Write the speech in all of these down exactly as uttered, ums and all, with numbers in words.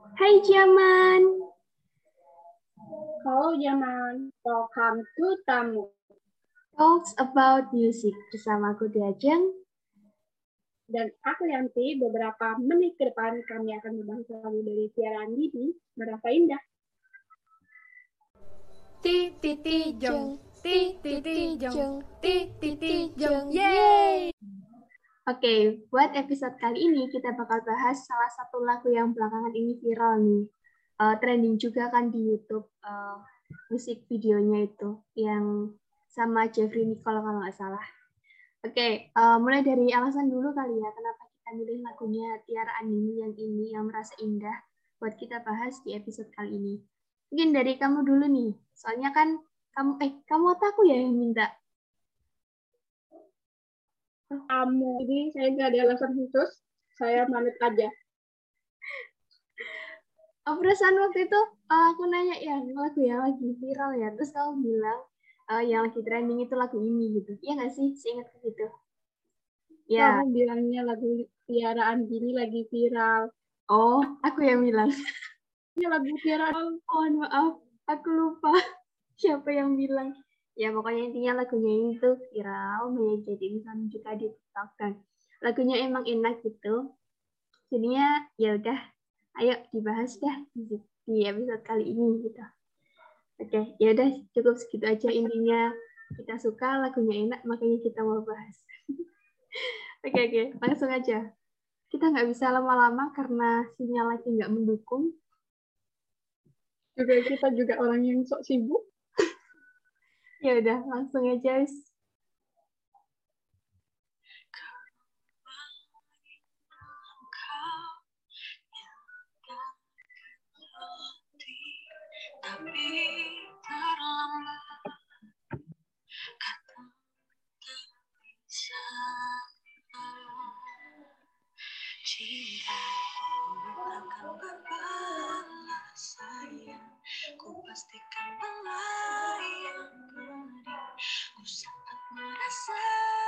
Hai Jaman. Halo Jaman, welcome to Tamu. Talks about music bersama aku Diajeng. Dan aku Yanti, beberapa menit ke depan kami akan membahas lagu dari Tiara Andini, Merasa Indah. Ti ti ti jeng, ti ti ti jeng, ti ti ti jeng, yeay! Oke, okay, buat episode kali ini kita bakal bahas salah satu lagu yang belakangan ini viral nih. Uh, trending juga kan di YouTube uh, musik videonya itu yang sama Jeffrey Nicole kalau nggak salah. Oke, okay, uh, mulai dari alasan dulu kali ya, kenapa kita milih lagunya Tiara Andini yang ini, yang Merasa Indah, buat kita bahas di episode kali ini. Mungkin dari kamu dulu nih, soalnya kan kamu, eh, kamu atau aku ya yang minta? Kamu ini saya nggak ada alasan khusus, saya manut aja. Oh, perasaan waktu itu uh, aku nanya ya lagu yang lagi viral ya, terus kamu bilang uh, yang lagi trending itu lagu ini gitu. Iya nggak sih? Seingat gitu. Ya. Kamu bilangnya lagu Tiara Andini lagi viral. Oh, aku yang bilang. Ini lagu Tiara. Oh, maaf, aku lupa siapa yang bilang. Ya pokoknya intinya lagunya ini tuh viral, banyak jadi misalnya juga di TikTok kan. Lagunya emang enak gitu. Jadinya ya udah, ayo dibahas dah di, di episode kali ini gitu. Oke, ya udah cukup segitu aja intinya. Kita suka lagunya enak, makanya kita mau bahas. Oke oke, langsung aja. Kita nggak bisa lama-lama karena sinyal lagi nggak mendukung. Juga kita juga orang yang sok sibuk. Ya udah, langsung aja. Tapi terlambat kata tak bisa cinta akan berbalas sayang, ku pastikan melayang padaku saat merasa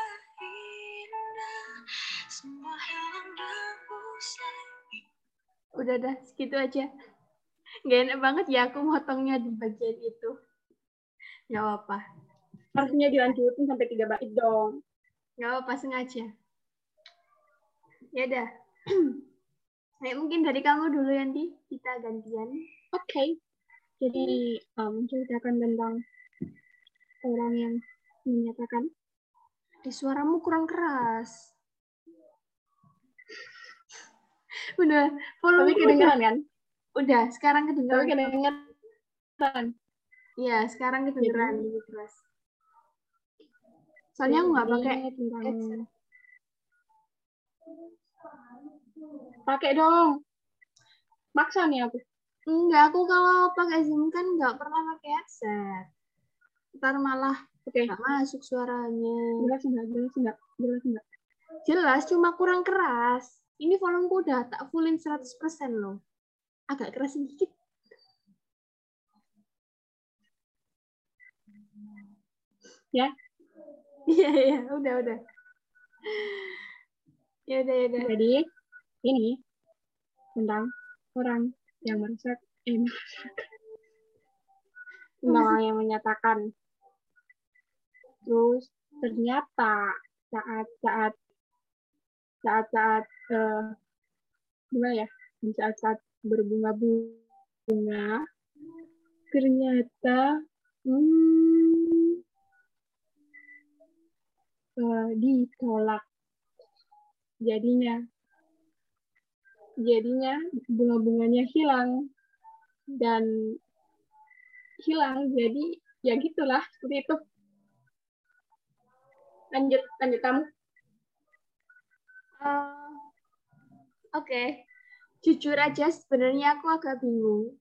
indah semua hilang dan usai. Udah dah, segitu aja. Gak enak banget ya aku motongnya di bagian itu. Gak apa-apa. Harusnya dilanjutin sampai tiga bait dong. Gak apa-apa, sengaja. Ya udah. Nah, mungkin dari kamu dulu Yanti, kita gantian. Oke. Okay. Jadi um, menceritakan tentang orang yang menyatakan di suaramu kurang keras. Udah, tapi kedengeran kan? Udah, sekarang kedengeran. Tapi kedengeran. Iya, sekarang kedengeran lebih keras. Soalnya aku nggak pakai headset. Pakai dong. Maksa nih aku. Enggak, aku kalau pakai Zoom kan nggak pernah pakai headset. Ntar malah okay. nggak masuk suaranya. Jelas enggak? Jelas enggak? Jelas enggak? Jelas, cuma kurang keras. Ini volumeku udah tak fullin seratus persen loh. Agak keras sedikit. Ya? Iya, iya, udah, udah. Ya udah, ya udah. Jadi, ini tentang orang yang merasa eh, tentang orang yang menyatakan. Terus ternyata saat-saat saat-saat uh, gimana ya? Di saat-saat berbunga-bunga ternyata hmm, uh, ditolak. Jadinya jadinya bunga-bunganya hilang dan hilang jadi ya gitulah seperti itu. Lanjut lanjut kamu. Uh, Oke, okay. Jujur aja sebenarnya aku agak bingung.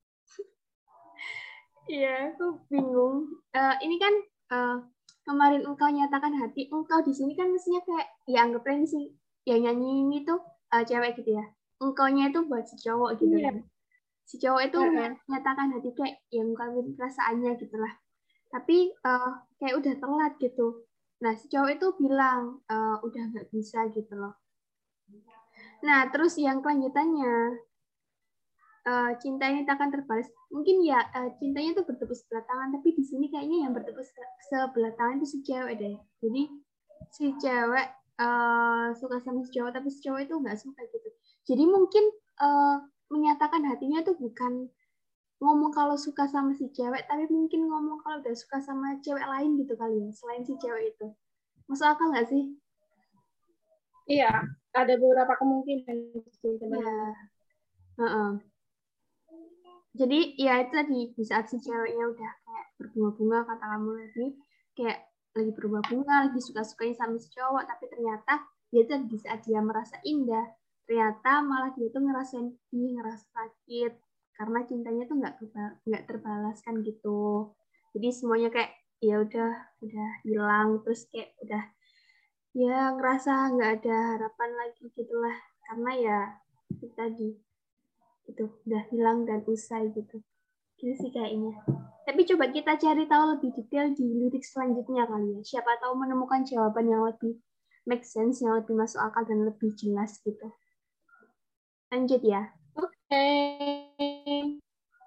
Iya, aku bingung. Uh, ini kan uh, kemarin engkau nyatakan hati, engkau di sini kan mestinya kayak ya anggapnya sih yang nyanyi ini tuh uh, cewek gitu ya. Engkaunya itu buat si cowok gitu Iya. kan. Si cowok itu uh-uh. nyatakan hati kayak yang ngungkapin perasaannya gitu lah. Tapi uh, kayak udah telat gitu. Nah, si cowok itu bilang uh, udah nggak bisa gitu loh. Nah, terus yang kelanjutannya uh, cinta ini takkan terbalas. Mungkin ya uh, cintanya tuh bertepuk sebelah tangan, tapi di sini kayaknya yang bertepuk sebelah tangan itu si cewek deh. Jadi si cewek uh, suka sama si cowok, tapi si cowok itu nggak suka gitu. Jadi mungkin uh, menyatakan hatinya tuh bukan ngomong kalau suka sama si cewek, tapi mungkin ngomong kalau udah suka sama cewek lain gitu kali ya, selain si cewek itu. Masuk akal nggak sih? Iya, ada beberapa kemungkinan sih sebenarnya. Ya. Uh-uh. Jadi ya itu tadi di saat si ceweknya udah kayak berbunga-bunga kata kamu tadi, kayak lagi berbunga-bunga, lagi suka-sukanya sama si cowok, tapi ternyata ya itu di saat dia merasa indah, ternyata malah dia tuh ngerasain sedih, ngerasa sakit karena cintanya tuh nggak nggak terbalaskan gitu. Jadi semuanya kayak ya udah udah hilang, terus kayak udah ya ngerasa nggak ada harapan lagi gitulah, karena ya itu tadi itu udah hilang dan usai gitu. Gitu sih kayaknya. Tapi coba kita cari tahu lebih detail di lirik selanjutnya kali ya. Siapa tahu menemukan jawaban yang lebih make sense, yang lebih masuk akal dan lebih jelas gitu. Lanjut ya. Oke. Okay.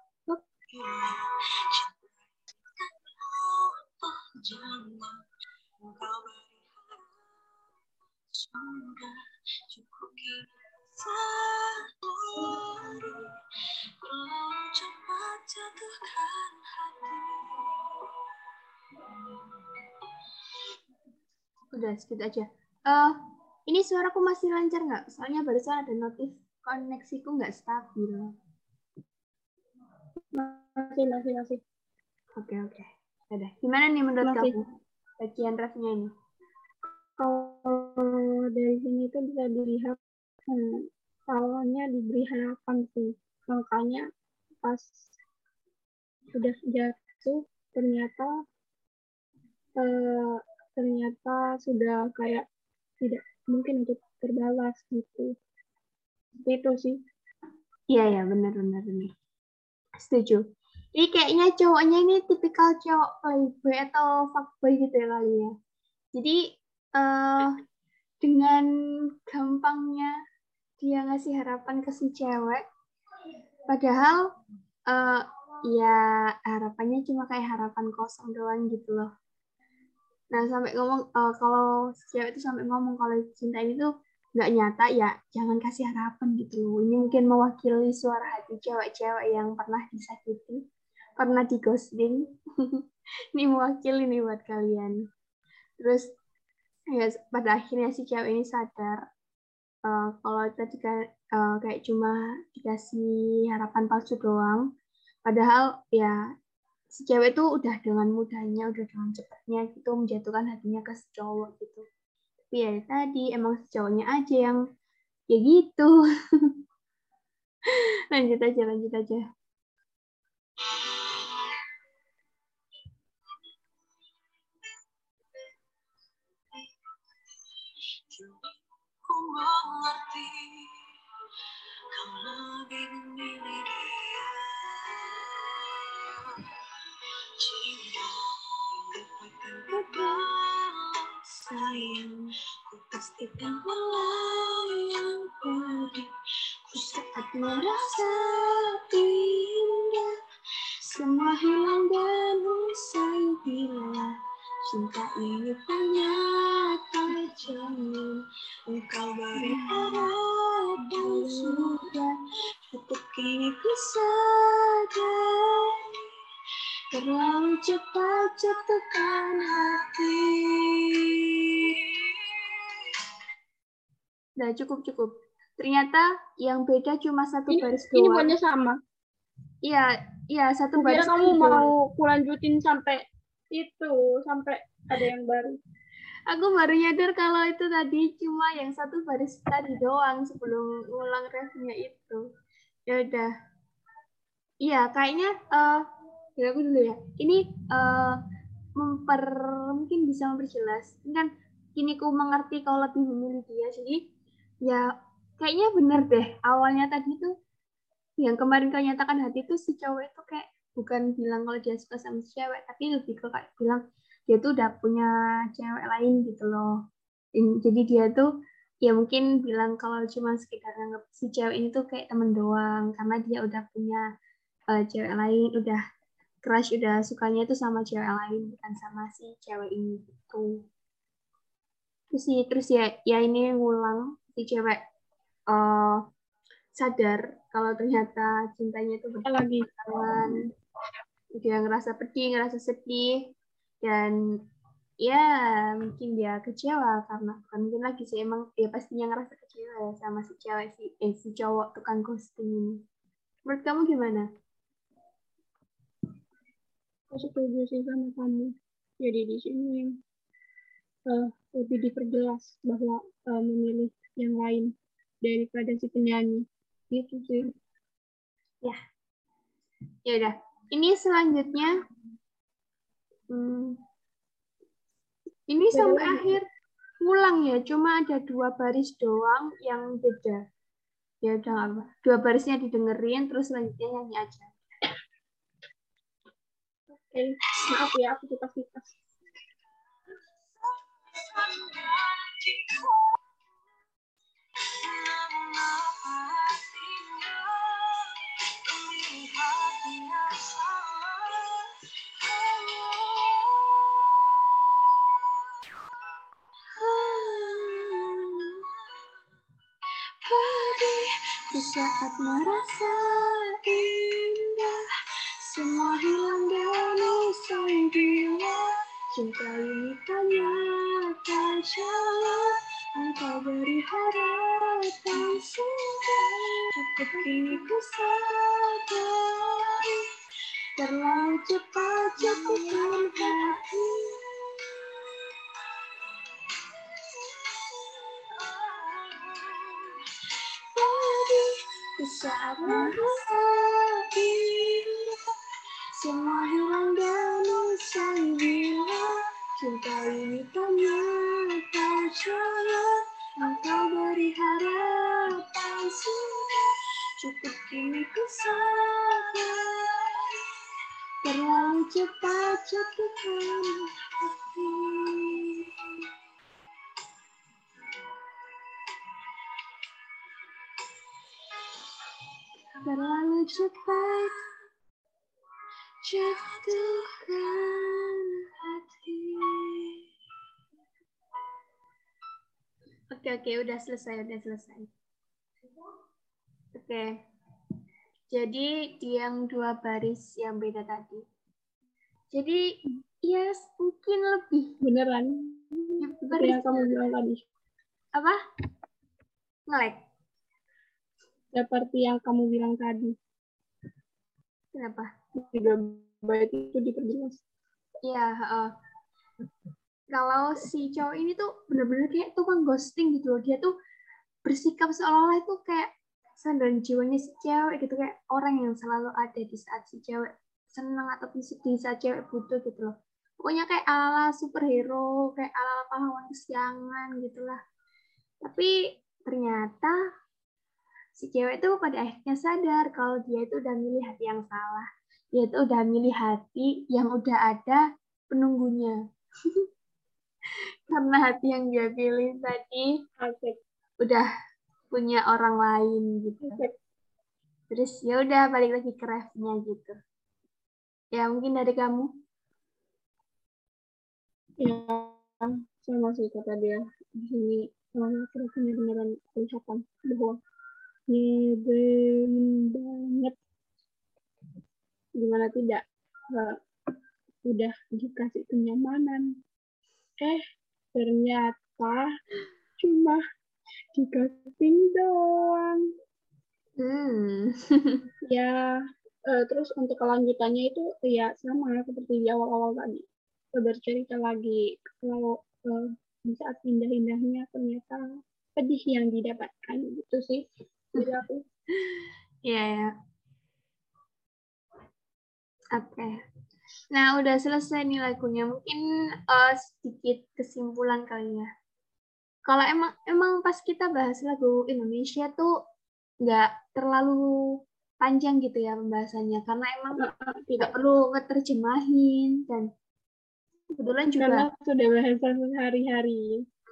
Udah segitu aja. Uh, ini suaraku masih lancar nggak? Soalnya barusan ada notif koneksiku nggak stabil. Masih, masih, masih. Oke, oke. Udah. Gimana nih menurut masih. kamu bagian refnya ini? Kalau dari sini tuh bisa dilihat hmm, awalnya diberi harapan sih. Makanya pas sudah jatuh ternyata eh, ternyata sudah kayak tidak mungkin untuk terbalas gitu. Itu sih. Iya ya, benar benar benar. Setuju. Ini kayaknya cowoknya ini tipikal cowok playboy atau fuckboy gitu ya kali ya. Jadi uh, dengan gampangnya dia ngasih harapan ke si cewek, padahal uh, ya harapannya cuma kayak harapan kosong doang gitu loh. Nah sampai ngomong uh, kalau si cewek itu sampai ngomong kalau cinta ini tuh nggak nyata, ya jangan kasih harapan gitu loh. Ini mungkin mewakili suara hati cewek-cewek yang pernah disakiti, pernah di ghosting. Ini mewakili nih buat kalian. Terus ya pada akhirnya si cewek ini sadar uh, kalau tadi kayak, uh, kayak cuma dikasih harapan palsu doang. Padahal ya si cewek tuh udah dengan mudahnya, udah dengan cepatnya gitu menjatuhkan hatinya ke si cowok gitu. Tapi ya tadi emang si cowoknya aja yang ya gitu. Lanjut aja, lanjut aja. Ku mengerti kau lebih memilih dia. Cinta akan berbalas sayang, ku pastikan melayang padaku saat merasa indah. Semua hilang dan usai bila cinta ini ternyata jamin. Engkau beri harap dan sudah cukup kini ku sadari terlalu cepat jatuhkan hati. Nah cukup cukup. Ternyata yang beda cuma satu ini, baris doang. Ini buatnya sama. Iya, iya satu baris. Kira kamu mau kulanjutin sampai itu, sampai ada yang baru. Aku baru nyadar kalau itu tadi cuma yang satu baris tadi doang sebelum ulang refnya itu. Ya udah. Iya, kayaknya uh, ya aku dulu ya. Ini uh, memper mungkin bisa memperjelas. Ini kan kini ku mengerti kalau lebih memilih dia. Jadi ya kayaknya bener deh. Awalnya tadi tuh yang kemarin kau nyatakan hati itu si cowok itu kayak bukan bilang kalau dia suka sama si cewek, tapi lebih ke kayak bilang dia tuh udah punya cewek lain gitu loh. Jadi dia tuh ya mungkin bilang kalau cuma sekedar nganggap si cewek ini tuh kayak temen doang karena dia udah punya uh, cewek lain, udah crush, udah sukanya tuh sama cewek lain bukan sama si cewek ini gitu. Terus sih terus ya ya ini ngulang si cewek uh, sadar kalau ternyata cintanya itu lagi berpasangan. Dia ngerasa pedih, ngerasa sedih, dan ya mungkin dia kecewa karena bukan mungkin lagi sih emang dia pastinya ngerasa kecewa ya sama si cewek si eh, si cowok tukang ghosting ini. Menurut kamu gimana? aku setuju sih sama kamu. Jadi di sini uh, lebih diperjelas bahwa uh, memilih yang lain daripada si penyanyi. Gitu sih. Ya, ya udah. Ini selanjutnya, hmm, ini Beda sampai lagi. akhir ngulang ya, cuma ada dua baris doang yang beda. Ya udah nggak apa. Dua barisnya didengerin, terus selanjutnya nyanyi aja. Oke, maaf ya aku kipas-kipas. Di saat merasa indah, semua hilang dalam usai dia. Cinta ini tanyakan jawab, engkau beri harapan sudah. Cukup kini ku sadari, terlalu cepat jatuhkan hati. Di saat merasa indah, semua hilang dan usai bila. Cinta ini tanyakan jawab, engkau beri harapan sudah. Cukup kini ku sadari, terlalu cepat jatuhkan hati. Terlalu cepat jatuhkan hati. Oke, oke, udah selesai, udah selesai. Oke. Jadi di yang dua baris yang beda tadi. Jadi ya mungkin lebih. Beneran. Seperti yang kamu bilang tadi. Apa? Nge-lag. Seperti yang kamu bilang tadi. Kenapa? Tiga bait itu diperjelas. Iya, uh, kalau si cowok ini tuh bener-bener kayak tukang ghosting gitu loh. Dia tuh bersikap seolah-olah itu kayak sandaran jiwanya si cewek gitu, kayak orang yang selalu ada di saat si cewek senang ataupun sedih, saat cewek butuh gitu loh. Pokoknya kayak ala superhero, kayak ala pahlawan kesiangan gitulah. Tapi ternyata si cewek itu pada akhirnya sadar kalau dia itu udah milih hati yang salah. Dia itu udah milih hati yang udah ada penunggunya. Karena hati yang dia pilih tadi Asik. udah punya orang lain gitu. Asik. Terus ya udah balik lagi ke refnya gitu. Ya mungkin dari kamu. Ya, sama sih kata dia. Di sini kira-kira beneran kelihatan bahwa nyebelin banget. Gimana tidak? Uh, udah dikasih kenyamanan. Eh, ternyata cuma dikasih doang. Hmm. Ya, uh, terus untuk kelanjutannya itu ya sama seperti di awal-awal tadi. Bercerita lagi kalau uh, di saat indah-indahnya ternyata pedih yang didapatkan gitu sih. Jadi aku. Iya ya. Oke. Okay. Nah, udah selesai nih lagunya. Mungkin uh, sedikit kesimpulan kali ya. Kalau emang emang pas kita bahas lagu Indonesia tuh nggak terlalu panjang gitu ya pembahasannya, karena emang tidak perlu ngeterjemahin dan kebetulan juga karena sudah bahasa sehari-hari.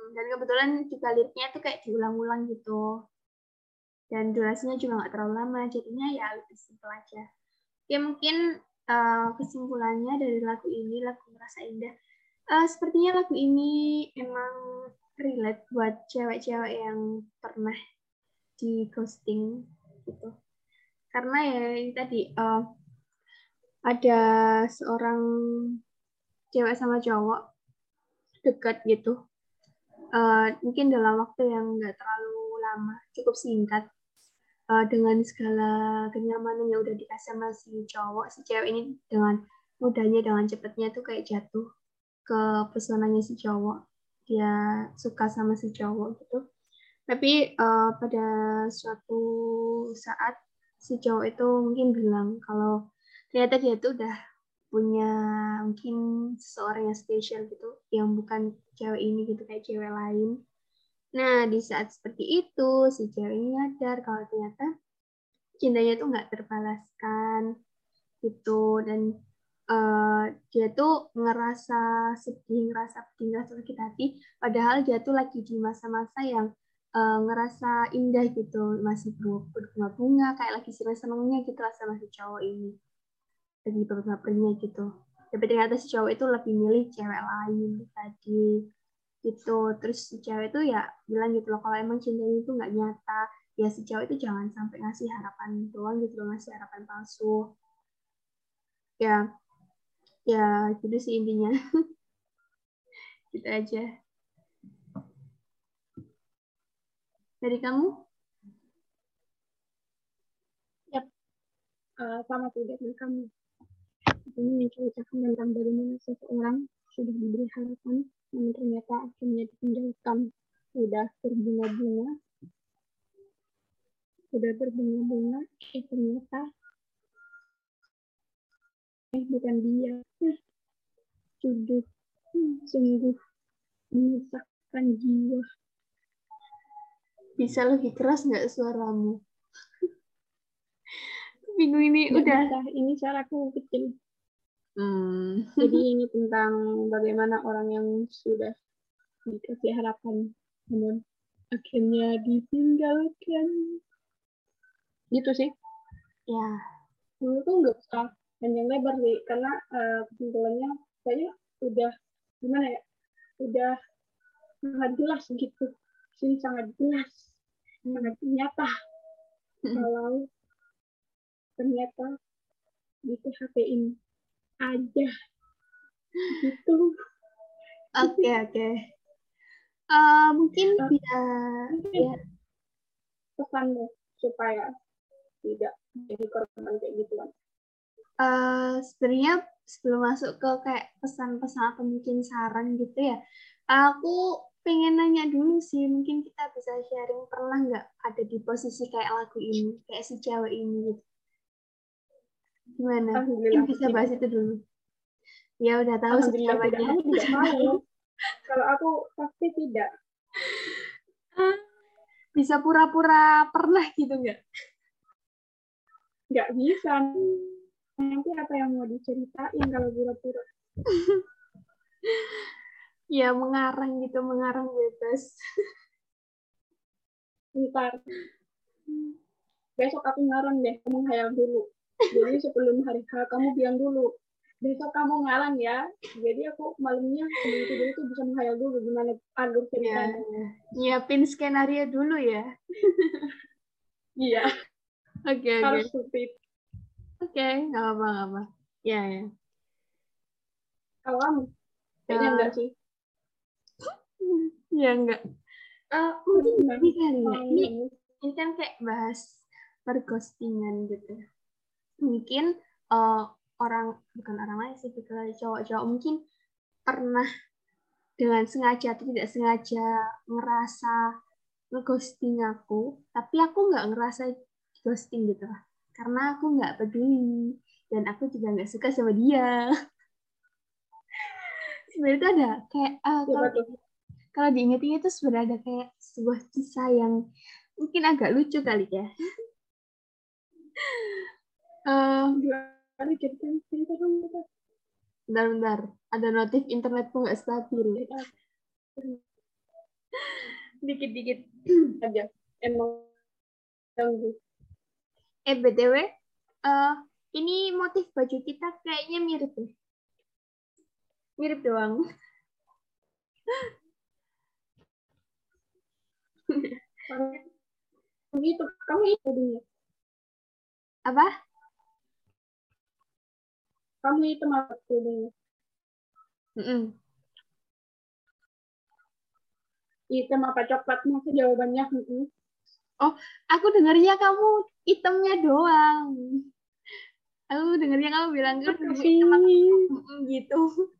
Dan kebetulan juga liriknya tuh kayak diulang-ulang gitu. Dan durasinya juga nggak terlalu lama, jadinya ya lebih simpel aja. Ya mungkin uh, kesimpulannya dari lagu ini, lagu Merasa Indah, uh, sepertinya lagu ini emang relate buat cewek-cewek yang pernah di ghosting gitu. Karena ya ini tadi uh, ada seorang cewek sama cowok dekat gitu, uh, mungkin dalam waktu yang nggak terlalu lama, cukup singkat, uh, dengan segala kenyamanan yang udah dikasih sama si cowok, si cewek ini dengan mudahnya, dengan cepatnya tuh kayak jatuh ke pesonanya si cowok, dia suka sama si cowok gitu. Tapi uh, pada suatu saat si cowok itu mungkin bilang kalau ternyata dia tuh udah punya mungkin seseorang yang spesial gitu, yang bukan cewek ini gitu, kayak cewek lain. Nah, di saat seperti itu, si cewek ini nyadar kalau ternyata cintanya tuh nggak terbalaskan gitu, dan uh, dia tuh ngerasa sedih, ngerasa pedih, ngerasa sakit hati, padahal dia tuh lagi di masa-masa yang uh, ngerasa indah gitu, masih berbunga-bunga, kayak lagi seneng-senengnya gitu lah sama si cowok ini, lagi baper-bapernya gitu. Tapi ternyata si cowok itu lebih milih cewek lain tadi gitu. Terus si cewek itu ya bilang gitu loh, kalau emang cintanya itu nggak nyata, ya si cewek itu jangan sampai ngasih harapan doang gitu loh, ngasih harapan palsu. Ya, ya gitu sih intinya. Gitu aja. Dari kamu? Yap, uh, sama juga dengan kamu. Ini menceritakan tentang bagaimana seseorang sudah diberi harapan, namun ternyata akhirnya ditinggalkan. Udah berbunga-bunga, udah berbunga-bunga, eh ternyata eh bukan dia. Eh, sungguh, hmm, sungguh menyesakkan jiwa. Bisa lebih keras nggak suaramu? Bingung ini Nggak udah. bisa, ini suaraku kecil. Hmm. Jadi ini tentang bagaimana orang yang sudah dikasih harapan, namun akhirnya ditinggalkan. Gitu sih. Ya. Dulu tuh nggak usah panjang lebar sih, karena uh, kesimpulannya kayaknya udah gimana ya, udah sangat jelas gitu. Sini sangat jelas, sangat nyata kalau ternyata di P H P-in aja gitu. Oke, oke. Uh, mungkin Uh, bisa mungkin ya. pesanmu supaya tidak jadi korban kayak gitu kan. Uh, sebenarnya sebelum masuk ke kayak pesan-pesan atau mungkin saran gitu ya, aku pengen nanya dulu sih, mungkin kita bisa sharing, pernah nggak ada di posisi kayak lagu ini, kayak si cewek ini gitu. Gimana? Mungkin bisa tidak. bahas itu dulu. Ya udah tahu sih Alhamdulillah tidak. jawabannya. Aku tidak tahu. Kalau aku pasti tidak. Bisa pura-pura pernah gitu nggak? Nggak bisa. Nanti apa yang mau diceritain kalau pura-pura? Ya mengarang gitu, mengarang bebas. Ntar. Besok aku ngarang deh, kamu hayal dulu. Jadi sebelum hari H kamu bilang dulu, besok kamu ngarang ya. Jadi aku malamnya sebelum tidur itu bisa menghayal dulu gimana alur ceritanya. Ya, nyiapin skenario dulu ya. Iya. Oke, oke. Harus seperti itu. Oke, nggak apa-apa, nggak apa. Ya, ya. Kalau kamu, kayaknya Uh, enggak sih. Ya enggak. Uh, mungkin Nah, ini kali ya. oh, Ini, iya. ini kan kayak bahas perghostingan gitu. Mungkin uh, orang, bukan orang lain sih, kecuali cowok-cowok mungkin pernah dengan sengaja atau tidak sengaja ngerasa ngeghosting aku, tapi aku nggak ngerasa ghosting gitu lah. Karena aku nggak peduli dan aku juga nggak suka sama dia. Sebenarnya itu ada kayak uh, kalau di, kalau diinget-inget itu sebenarnya ada kayak sebuah kisah yang mungkin agak lucu kali ya. Uh, Gimana ceritain cerita dong kita. Bentar-bentar, ada notif internetku nggak stabil. Dikit-dikit aja. Emang ganggu. eh B T W eh ini motif baju kita kayaknya mirip deh. Mirip doang. Gitu, kamu itu dulu. Apa? Kamu itu apa dulu? Mm-mm. Hitam apa coklat? Masa jawabannya mm-mm. Oh, aku dengarnya kamu hitamnya doang. Aku dengarnya kamu bilang kan Apa kamu sih? hitam apa mm-mm, gitu.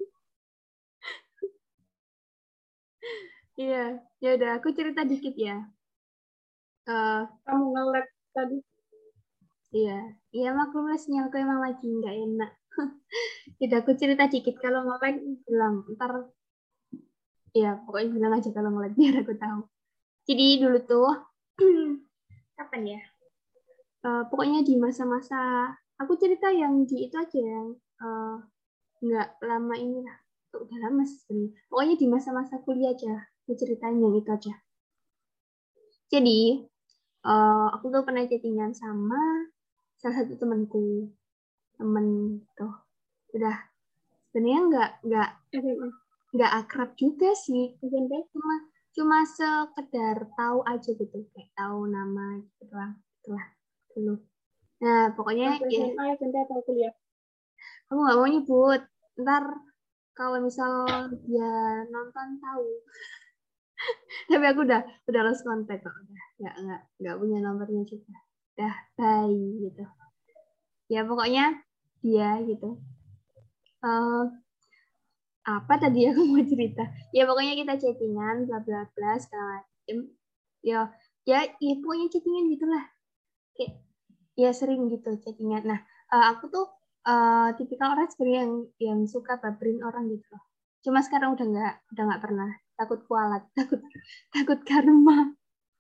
Iya, ya udah aku cerita dikit ya. Eh, Kamu nge-lag tadi. iya, iya maklum lah sinyalku emang lagi nggak enak. Tidak aku cerita dikit kalau nge-lag bilang ntar ya pokoknya bilang aja kalau nge-lag biar aku tahu. Jadi dulu tuh kapan ya? Eh, pokoknya di masa-masa aku cerita yang di itu aja yang eh, nggak lama ini lah. Udah lama sih sebenarnya. Pokoknya di masa-masa kuliah aja. Aku ceritain yang itu aja. Jadi eh, aku tuh pernah chattingan sama salah satu temanku. Temen tuh udah sebenarnya nggak nggak S M A. nggak akrab juga sih. S M P. Cuma cuma sekedar tahu aja gitu. Kayak tahu nama gitu lah. Itulah dulu. Nah pokoknya Pas ya S M A, S M P atau kuliah? aku nggak mau nyebut. Ntar kalau misal dia nonton tahu. Tapi aku udah udah lost contact kok. Udah nggak nggak nggak punya nomornya juga. Udah bye gitu. Ya pokoknya dia gitu. Eh, apa tadi aku mau cerita? Ya pokoknya kita chattingan bla bla bla segala macem. Ya ya ya pokoknya chattingan gitulah. Kayak ya sering gitu chattingan. Nah eh, aku tuh eh, tipikal orang sebenarnya yang yang suka baperin orang gitu loh. Cuma sekarang udah nggak udah nggak pernah takut kualat takut takut karma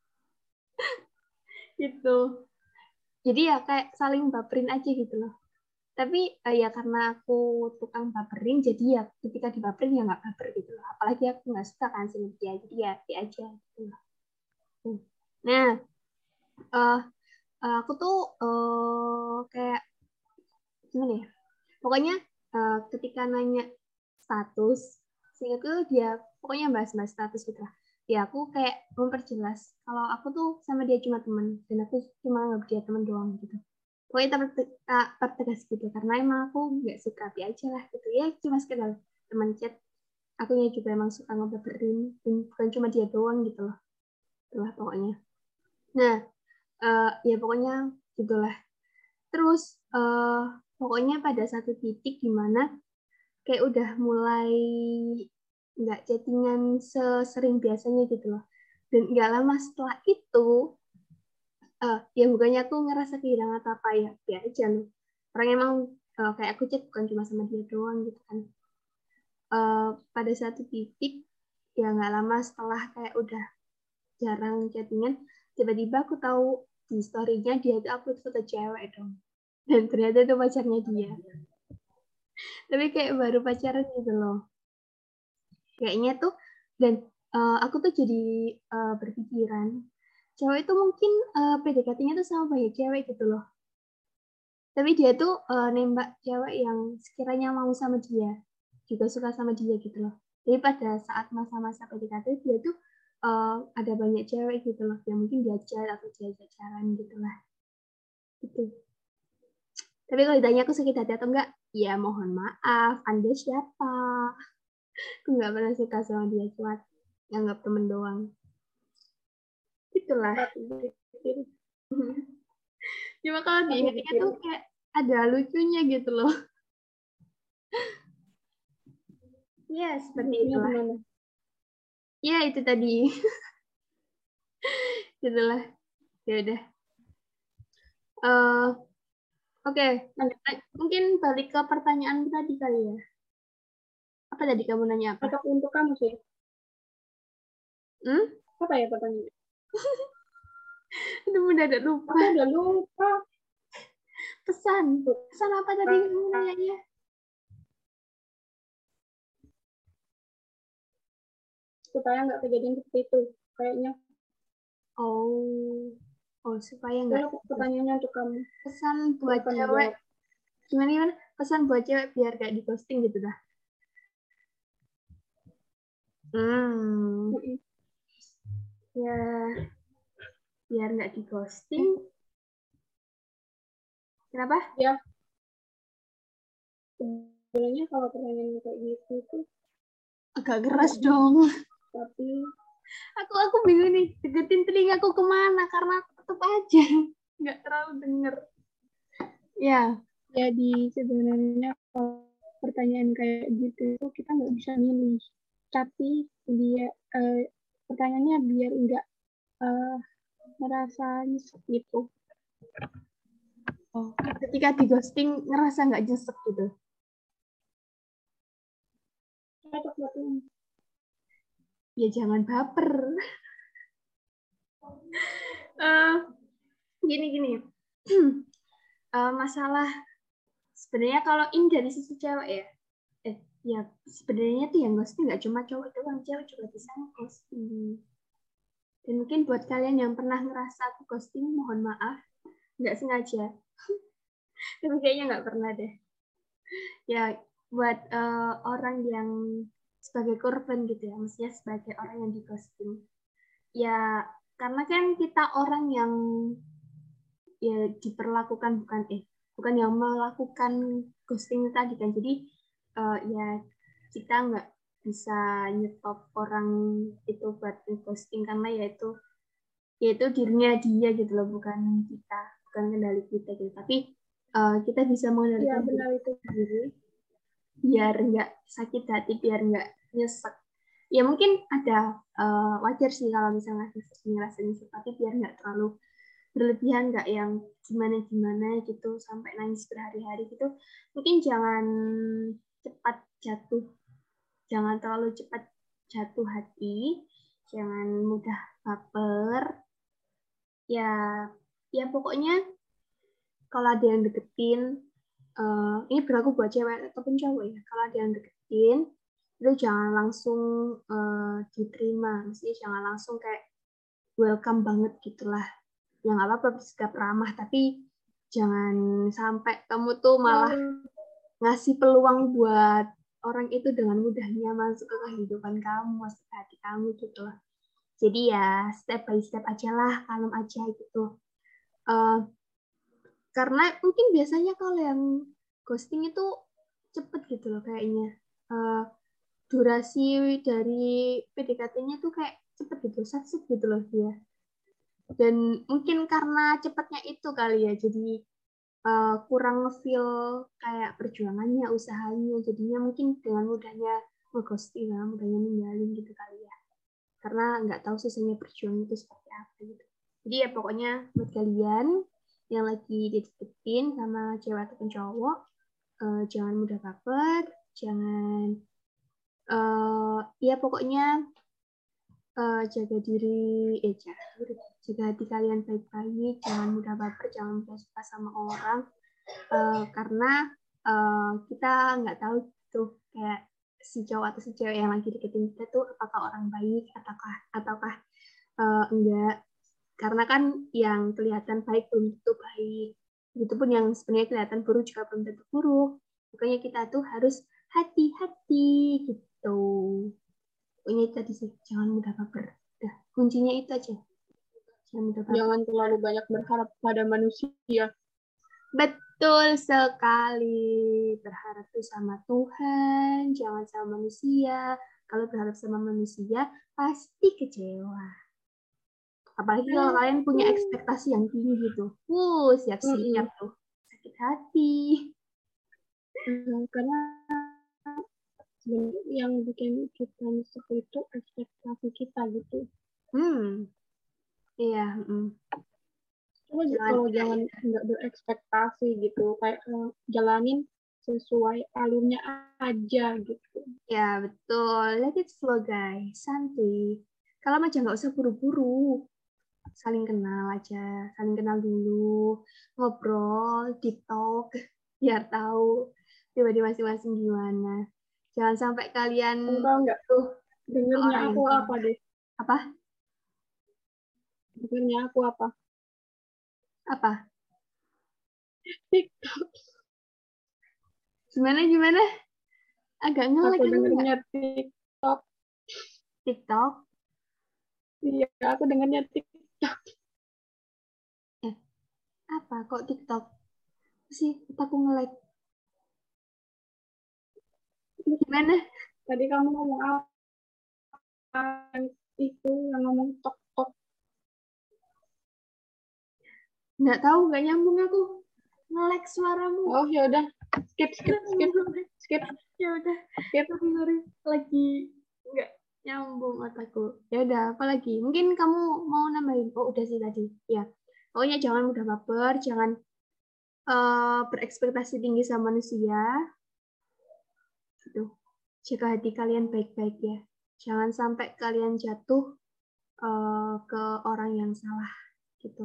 gitu. Jadi ya kayak saling baperin aja gitu loh. Tapi uh, ya karena aku tukang baperin, jadi ya ketika dibaperin ya nggak baper gitu loh. Apalagi aku nggak suka kan sama dia, jadi ya dia aja gitu loh. Nah, uh, uh, aku tuh uh, kayak gimana ya? Pokoknya uh, ketika nanya status, sehingga tuh dia pokoknya bahas-bahas status gitu lah. Ya aku kayak memperjelas kalau aku tuh sama dia cuma teman dan aku cuma nganggap dia teman doang gitu. Pokoknya tak pertegas gitu karena emang aku nggak suka tapi aja lah gitu ya cuma sekedar teman chat aku juga emang suka ngebaperin dan bukan cuma dia doang gitu loh itulah pokoknya nah uh, ya pokoknya gitulah terus uh, pokoknya pada satu titik di mana kayak udah mulai nggak chattingan sesering biasanya gitu loh dan nggak lama setelah itu uh, ya bukannya aku ngerasa kehilangan atau apa ya biar aja loh orang emang uh, kayak aku chat bukan cuma sama dia doang gitu kan uh, pada satu titik ya nggak lama setelah kayak udah jarang chattingan tiba-tiba aku tahu di story-nya dia itu upload foto cewek dong dan ternyata itu pacarnya dia tapi kayak baru pacaran gitu loh kayaknya tuh dan uh, aku tuh jadi uh, berpikiran cewek itu mungkin uh, P D K T-nya tuh sama banyak cewek gitu loh. Tapi dia tuh uh, nembak cewek yang sekiranya mau sama dia, juga suka sama dia gitu loh. Jadi pada saat masa-masa P D K T dia tuh uh, ada banyak cewek gitu loh, yang mungkin diajar atau diajak jalan gitu lah. Gitu. Tapi kalau ditanya aku sakit hati atau enggak, ya mohon maaf, Anda siapa? Aku nggak pernah suka sama dia, cuma nganggap temen doang. Itulah. Cuma kalau diingat-ingat tuh kayak ada lucunya gitu loh. Ya, seperti itulah. Ya, itu tadi. Itulah. Ya udah. Uh, Oke, okay. Mungkin balik ke pertanyaan tadi kali ya. Apa tadi kamu nanya apa? Atau untuk kamu sih? Hmm? Apa ya pertanyaannya? Itu mendadak lupa. Aku udah lupa. Pesan. Pesan apa tadi kamu nanya? supaya nggak kejadian seperti itu kayaknya. Oh, oh supaya nggak. Lalu pertanyaannya untuk kamu. Pesan buat Silakan cewek, dijawab. gimana gimana? Pesan buat cewek biar gak di ghosting gitu dah. Hmm, Mm-mm. ya biar nggak di ghosting. Kenapa? Ya, sebenarnya kalau pertanyaan kayak gitu tuh, Agak keras dong. tapi Aku aku bingung nih, deketin telingaku kemana karena tetep aja nggak terlalu denger. Ya, jadi sebenarnya kalau pertanyaan kayak gitu tuh kita nggak bisa milih. Tapi dia eh, pertanyaannya biar nggak eh, merasa nyesek gitu. oh, ketika di ghosting ngerasa nggak nyesek gitu. Cocok buat kamu. Ya jangan baper. Eh, gini gini. Eh, masalah sebenarnya kalau ini dari sisi cewek ya. Eh, ya sebenarnya tuh yang ghosting nggak cuma cowok doang, cewek juga bisa ghosting. Dan mungkin buat kalian yang pernah ngerasa aku ghosting, mohon maaf, nggak sengaja. Tapi kayaknya nggak pernah deh. Ya, buat uh, orang yang sebagai korban gitu ya, maksudnya sebagai orang yang di ghosting. Ya, karena kan kita orang yang ya diperlakukan bukan eh bukan yang melakukan ghosting tadi kan. Jadi uh, ya kita nggak bisa nyetop orang itu buat ghosting karena ya itu yaitu dirinya dia gitu loh, bukan kita, bukan kendali kita gitu. Tapi uh, kita bisa Iya mengendalikan benar itu. diri biar nggak sakit hati, biar nggak nyesek. Ya mungkin ada uh, wajar sih kalau misalnya ngerasa nyesek, tapi biar nggak terlalu berlebihan, nggak yang gimana-gimana gitu sampai nangis berhari-hari gitu. Mungkin jangan cepat jatuh, jangan terlalu cepat jatuh hati, jangan mudah baper. Ya, ya pokoknya kalau ada yang deketin, uh, ini berlaku buat cewek ataupun cowok ya. Kalau ada yang deketin, itu jangan langsung uh, diterima, mesti jangan langsung kayak welcome banget gitulah. Yang nggak apa-apa bersikap ramah, tapi jangan sampai kamu tuh malah ngasih peluang buat orang itu dengan mudahnya masuk ke kehidupan kamu, masuk ke hati kamu gitu loh. Jadi ya step by step aja lah, kalem aja gitu. Uh, karena mungkin biasanya kalau yang ghosting itu cepet gitu loh kayaknya. Uh, durasi dari P D K T-nya tuh kayak cepet gitu, sat-set gitu loh dia. Dan mungkin karena cepatnya itu kali ya, jadi uh, kurang feel kayak perjuangannya, usahanya, jadinya mungkin dengan mudahnya nge-ghosting, ya, mudahnya ninggalin gitu kali ya. Karena nggak tahu susahnya berjuang itu seperti apa gitu. Jadi ya pokoknya buat kalian yang lagi dideketin sama cewek ataupun cowok, uh, jangan mudah baper, jangan uh, ya pokoknya uh, jaga diri, eh jaga, jaga hati kalian baik-baik, jangan mudah baper, jangan mudah suka sama orang, uh, karena uh, kita nggak tahu tuh kayak si cowok atau si cewek yang lagi deketin kita tuh apakah orang baik ataukah ataukah uh, enggak, karena kan yang kelihatan baik belum tentu baik, begitupun yang sebenarnya kelihatan buruk juga belum tentu buruk, makanya kita tuh harus hati-hati gitu. Pokoknya itu tadi sih, jangan mudah baper. Udah, kuncinya itu aja. Jangan mudah baper. Jangan terlalu banyak berharap pada manusia. Betul sekali. Berharap tuh sama Tuhan, jangan sama manusia. Kalau berharap sama manusia, pasti kecewa. Apalagi kalau kalian punya ekspektasi yang tinggi gitu. Uh, siap-siap Mm-mm. tuh. Sakit hati. Hmm, karena sebenarnya yang bikin kita nyesek itu ekspektasi kita gitu. Hmm. Iya. Hmm. Coba Jangan kalau kayak jangan nggak berekspektasi gitu, kayak uh, jalanin sesuai alurnya aja gitu. ya betul. Let it flow guys. Santuy. Kalau aja nggak usah buru-buru. Saling kenal aja, saling kenal dulu, ngobrol, deep talk, biar tahu pribadi masing-masing gimana. Jangan sampai kalian Kamu tahu nggak? tuh Dengernya orang aku yang apa deh? apa Dengernya aku apa? apa TikTok. gimana gimana agak ngelek Aku aku nggak dengernya TikTok. TikTok Iya, aku dengernya TikTok. eh apa kok TikTok sih aku ngelek gimana Tadi kamu ngomong apa? Itu yang ngomong tok tok. nggak tahu nggak nyambung aku ngelek suaramu Oh ya udah, skip skip skip skip ya udah skip. sorry sorry lagi nggak nyambung otakku ya udah apa lagi mungkin kamu mau nambahin oh udah sih tadi ya pokoknya jangan mudah baper jangan eh, berekspektasi tinggi sama manusia gitu jaga hati kalian baik-baik ya jangan sampai kalian jatuh eh, ke orang yang salah gitu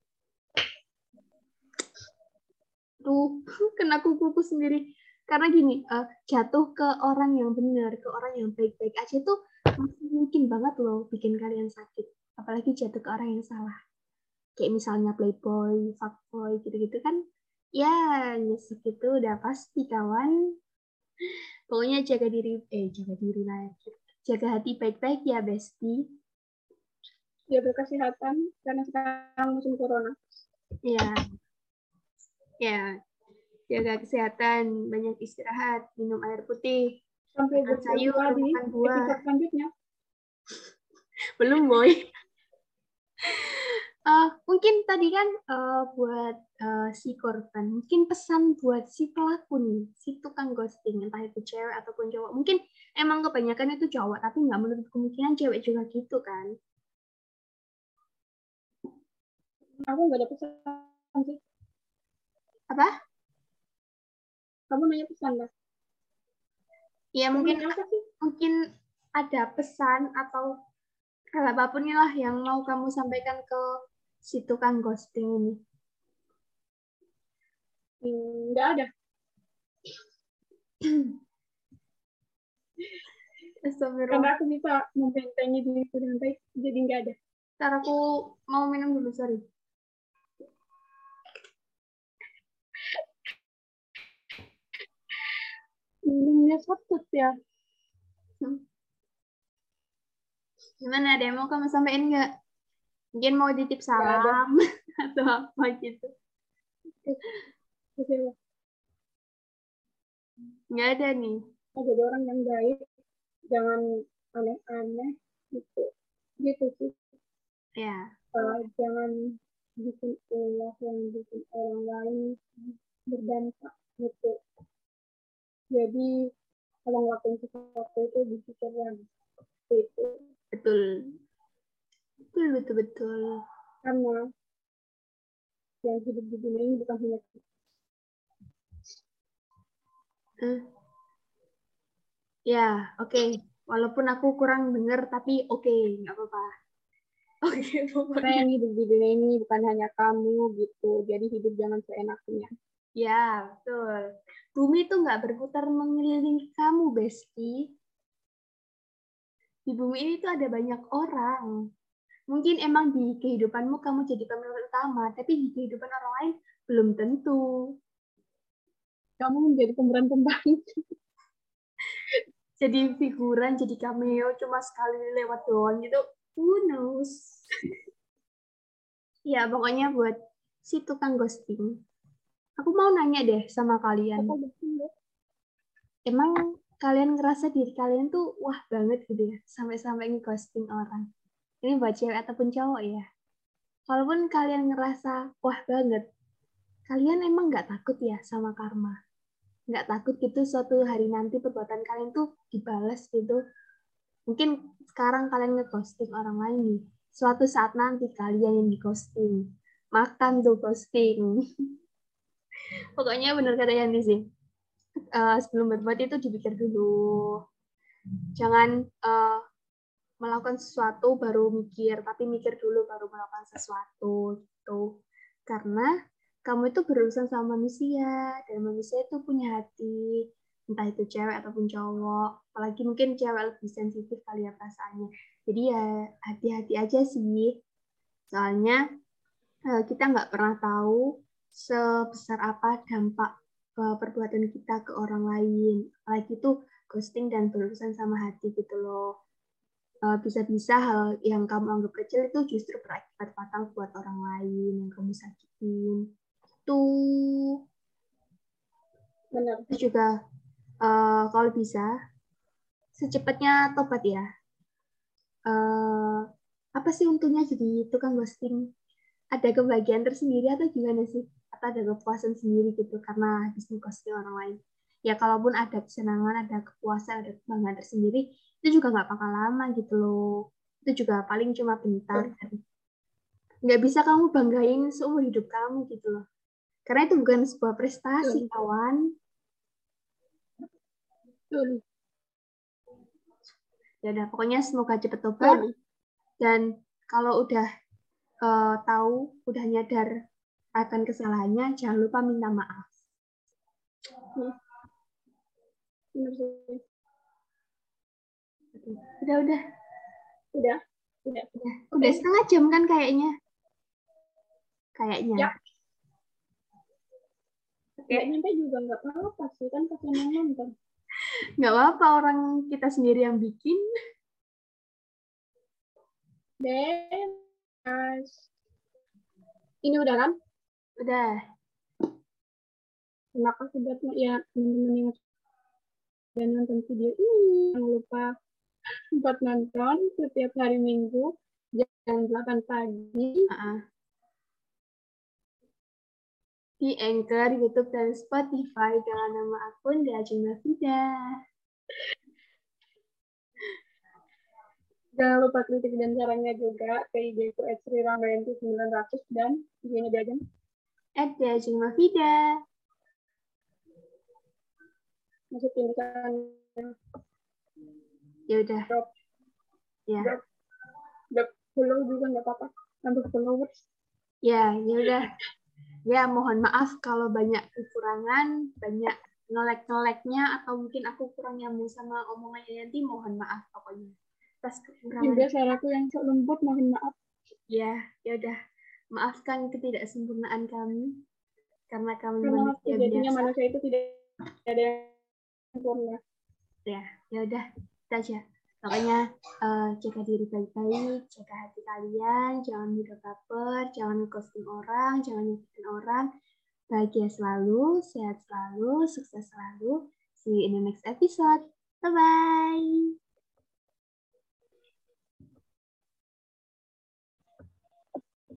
tuh kena kukuku sendiri karena gini uh, jatuh ke orang yang benar ke orang yang baik-baik aja tuh masih mungkin banget loh bikin kalian sakit apalagi jatuh ke orang yang salah kayak misalnya playboy fuckboy gitu-gitu kan ya nyesek itu udah pasti kawan pokoknya jaga diri eh jaga diri lagi jaga hati baik-baik ya bestie Jaga kesehatan karena sekarang musim corona. ya ya jaga kesehatan banyak istirahat minum air putih Sampai makan bertemu sayur lagi makan buah episode selanjutnya. belum boy uh, mungkin tadi kan uh, buat uh, si korban mungkin pesan buat si pelaku nih si tukang ghosting entah itu cewek ataupun cowok mungkin emang kebanyakan itu cowok tapi nggak menutup kemungkinan cewek juga gitu kan Aku nggak ada pesan sih. apa Kamu nanya pesan lah. ya Kamu mungkin nanya apa sih? mungkin ada pesan atau hal apapun lah yang mau kamu sampaikan ke si tukang ghosting ini Hmm, nggak ada. Astagfirullah. Karena aku bisa membentengi diriku dengan baik, jadi nggak ada. Ntar aku mau minum dulu sorry Minumnya satu ya. hmm. Gimana ada yang mau kamu sampaikan nggak? Mungkin mau titip salam atau apa gitu. Oke, Nggak ada nih. jadi orang yang baik, jangan aneh-aneh gitu. Gitu sih. Ya. Uh, jangan bikin ulah yang bikin orang lain berdampak gitu. Jadi kalau ngelakuin sesuatu itu dipikir lagi gitu. Betul. Betul, betul, betul. Karena yang hidup di dunia ini bukan hanya kita. Uh. Ya, oke. Okay. Walaupun aku kurang dengar, tapi oke, okay. Nggak apa-apa. Oke, okay, pokoknya. Karena yang hidup di dunia ini bukan hanya kamu gitu. Jadi hidup jangan seenaknya. Ya, betul. Bumi itu nggak berputar mengelilingi kamu, Besti. Di bumi ini tuh ada banyak orang. Mungkin emang di kehidupanmu kamu jadi pemeran utama, tapi di kehidupan orang lain belum tentu. Kamu menjadi pemeran pembantu. Jadi figuran, jadi cameo, cuma sekali lewat doang gitu. Who knows? Ya, pokoknya buat si tukang ghosting. Aku mau nanya deh sama kalian. Emang kalian ngerasa diri kalian tuh wah banget gitu ya, sampai-sampai nge-ghosting orang. Ini buat cewek ataupun cowok ya. Walaupun kalian ngerasa wah banget, kalian emang nggak takut ya sama karma? Nggak takut gitu suatu hari nanti perbuatan kalian tuh dibalas gitu? Mungkin sekarang kalian nge-ghosting orang lain nih. Suatu saat nanti kalian yang di-ghosting. Makan tuh ghosting. Pokoknya bener kata Yanti sih. Uh, sebelum berbuat itu dipikir dulu. Jangan uh, melakukan sesuatu baru mikir, tapi mikir dulu baru melakukan sesuatu gitu. Karena kamu itu berurusan sama manusia dan manusia itu punya hati. entah itu cewek ataupun cowok, apalagi mungkin cewek lebih sensitif kali ya perasaannya. Jadi ya hati-hati aja sih, soalnya eh, kita nggak pernah tahu sebesar apa dampak eh, perbuatan kita ke orang lain, apalagi itu ghosting dan berurusan sama hati gitu loh. Eh, bisa-bisa hal yang kamu anggap kecil itu justru berakibat fatal buat orang lain yang kamu sakitin. Tuh, Benar. terus juga eh, kalau bisa secepatnya tobat ya. Eh, apa sih untungnya jadi tukang ghosting? Ada kebahagiaan tersendiri atau gimana sih? Atau ada kepuasan sendiri gitu karena habis ghosting orang lain? Ya kalaupun ada kesenangan, ada kepuasan, ada kebanggaan tersendiri, itu juga nggak bakal lama gitu loh. Itu juga paling cuma bentar. Nggak bisa kamu banggain seumur hidup kamu gitu loh. Karena itu bukan sebuah prestasi, Betul. kawan. Betul. Ya udah, pokoknya semoga cepet tobat. Betul. Dan kalau udah eh, tahu, udah nyadar akan kesalahannya, jangan lupa minta maaf. Hmm. Benar sih. Udah, udah. Udah. Udah. Udah, udah setengah jam kan kayaknya. Kayaknya. Ya. Nggak nyampe juga nggak apa-apa sih, kan pakai yang nonton. Nggak apa-apa, orang kita sendiri yang bikin. Deh, guys. Ini udah kan? Udah. Terima kasih buat ya teman-teman yang sudah nonton video ini. Jangan lupa buat nonton setiap hari Minggu jam delapan pagi. Uh-uh. Di Anchor, YouTube, dan Spotify dengan nama akun Dajeng Nafida. Jangan lupa kritik dan sarannya juga ke I G ku et sri ranggayanti sembilan ratus dan I G-nya Dajeng. At Dajeng Nafida. Masukin di sana. Ya udah. Drop. Ya. Drop. Drop follow juga nggak apa-apa. Tambah followers. Ya, ya udah. Ya, mohon maaf kalau banyak kekurangan, banyak ngelek-ngeleknya, atau mungkin aku kurang nyambung sama omongannya nanti, mohon maaf pokoknya. Atas kekurangan. Juga suaraku yang sok lembut, mohon maaf. Ya, ya udah. Maafkan ketidaksempurnaan kami, karena kami Karena manusia sejatinya biasa. manusia itu tidak ada yang sempurna. Ya, ya udah, kita aja. Pokoknya uh, jaga diri baik-baik, jaga hati kalian, jangan mudah baper, jangan nge-ghosting orang, jangan nyakitin orang. Bahagia selalu, sehat selalu, sukses selalu. See you in the next episode. Bye-bye.